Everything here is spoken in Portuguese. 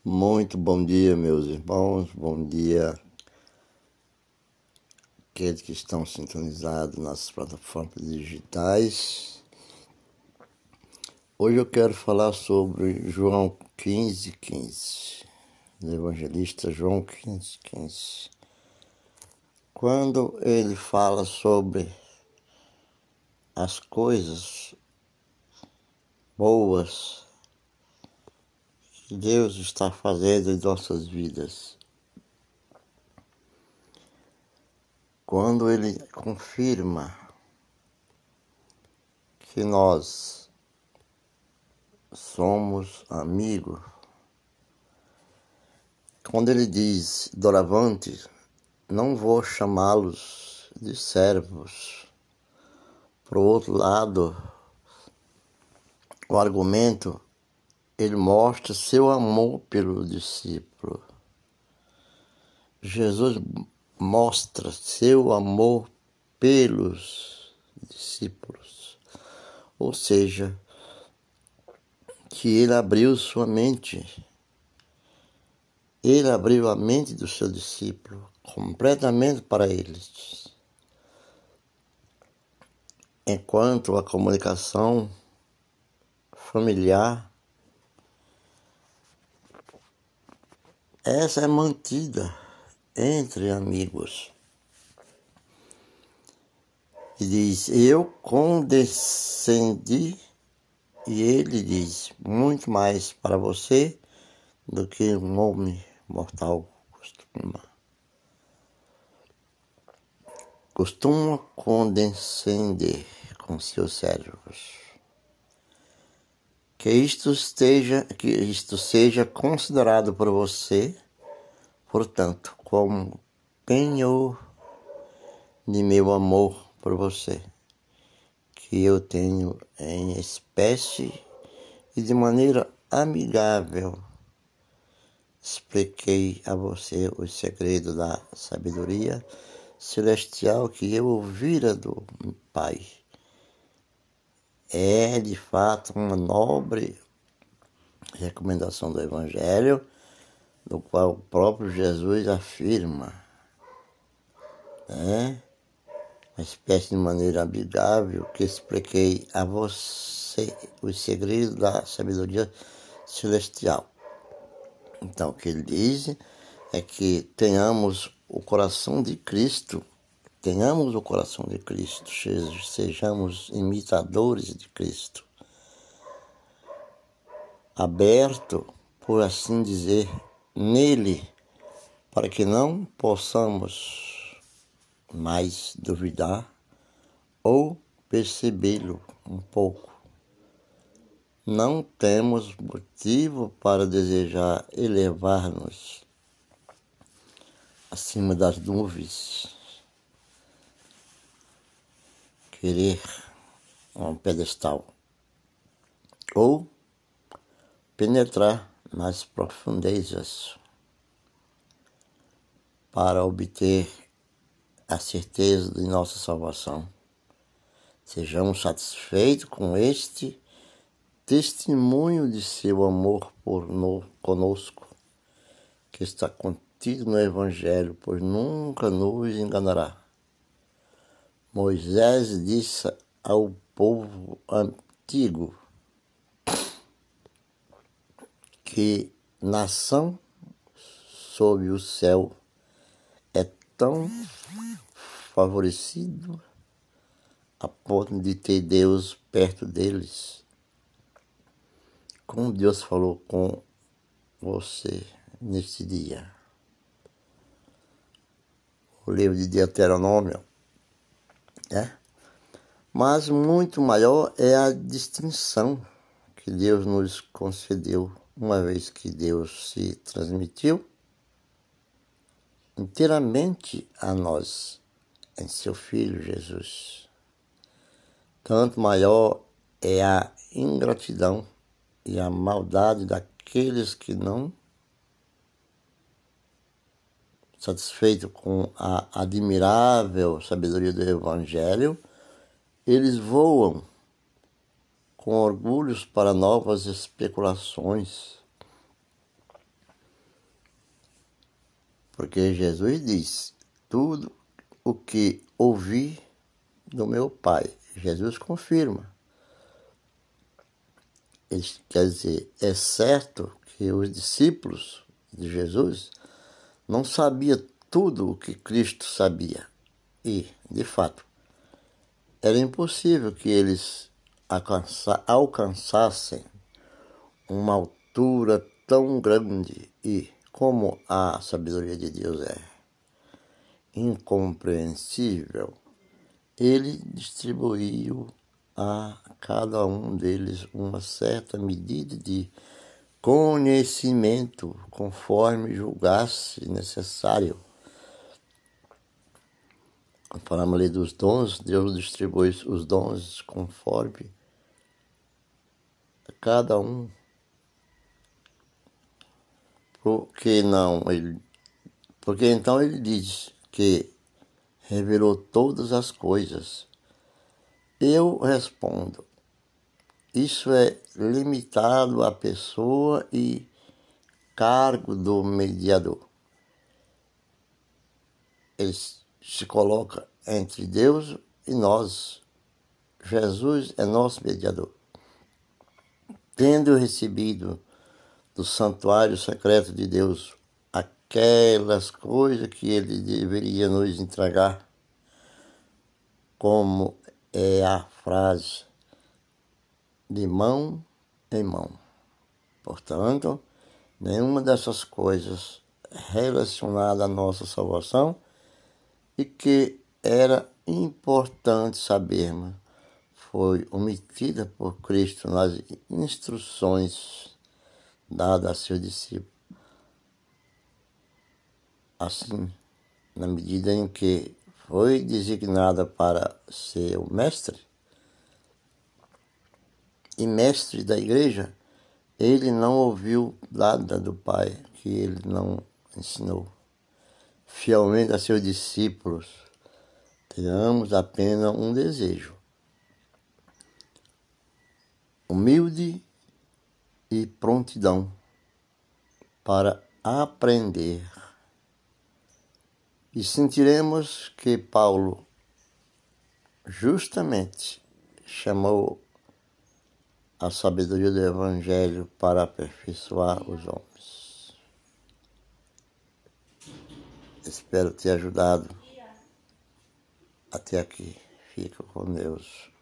Muito bom dia, meus irmãos, bom dia aqueles que estão sintonizados nas plataformas digitais. Hoje eu quero falar sobre João 15:15, do evangelista João 15:15. Quando ele fala sobre as coisas boas que Deus está fazendo em nossas vidas, quando ele confirma que nós somos amigos, quando ele diz, doravante, não vou chamá-los de servos. Por outro lado, o argumento, ele mostra seu amor pelo discípulo. Jesus mostra seu amor pelos discípulos. Ou seja, que ele abriu sua mente. Ele abriu a mente do seu discípulo completamente para eles. Enquanto a comunicação familiar, essa é mantida entre amigos. E diz, eu condescendi, e ele diz, muito mais para você do que um homem mortal costuma condescender com seus servos. Que isto seja considerado por você, portanto, como penhor de meu amor por você, que eu tenho em espécie e de maneira amigável expliquei a você o segredo da sabedoria celestial que eu ouvira do Pai. É, de fato, uma nobre recomendação do Evangelho, do qual o próprio Jesus afirma, uma espécie de maneira amigável que expliquei a você os segredos da sabedoria celestial. Então, o que ele diz é que tenhamos o coração de Cristo, sejamos imitadores de Cristo, aberto, por assim dizer, nele, para que não possamos mais duvidar ou percebê-lo um pouco. Não temos motivo para desejar elevar-nos acima das nuvens, querer um pedestal ou penetrar nas profundezas para obter a certeza de nossa salvação. Sejamos satisfeitos com este testemunho de seu amor conosco, que está contido no Evangelho, pois nunca nos enganará. Moisés disse ao povo antigo que nação sob o céu é tão favorecido a ponto de ter Deus perto deles. Como Deus falou com você neste dia. O livro de Deuteronômio, Mas muito maior é a distinção que Deus nos concedeu, uma vez que Deus se transmitiu inteiramente a nós, em seu Filho Jesus. Tanto maior é a ingratidão e a maldade daqueles que não, satisfeitos com a admirável sabedoria do Evangelho, eles voam com orgulhos para novas especulações, Porque Jesus disse, tudo o que ouvi do meu Pai. Jesus confirma. Quer dizer, é certo que os discípulos de Jesus não sabiam tudo o que Cristo sabia. E, de fato, era impossível que eles alcançassem uma altura tão grande e, como a sabedoria de Deus é incompreensível, ele distribuiu a cada um deles uma certa medida de conhecimento, conforme julgasse necessário. Quando falamos ali dos dons, Deus distribui os dons conforme a cada um. Porque então ele diz que revelou todas as coisas. Eu respondo, isso é limitado à pessoa e cargo do mediador. Ele se coloca entre Deus e nós. Jesus é nosso mediador. Tendo recebido do santuário secreto de Deus aquelas coisas que ele deveria nos entregar, como é a frase de mão em mão. Portanto, nenhuma dessas coisas relacionada à nossa salvação e que era importante sabermos foi omitida por Cristo nas instruções dadas a seus discípulos. Assim, na medida em que foi designada para ser o mestre e mestre da igreja, ele não ouviu nada do Pai que ele não ensinou fielmente a seus discípulos. Tenhamos apenas um desejo: humilde e prontidão para aprender. E sentiremos que Paulo justamente chamou a sabedoria do Evangelho para aperfeiçoar os homens. Espero ter ajudado até aqui. Fica com Deus.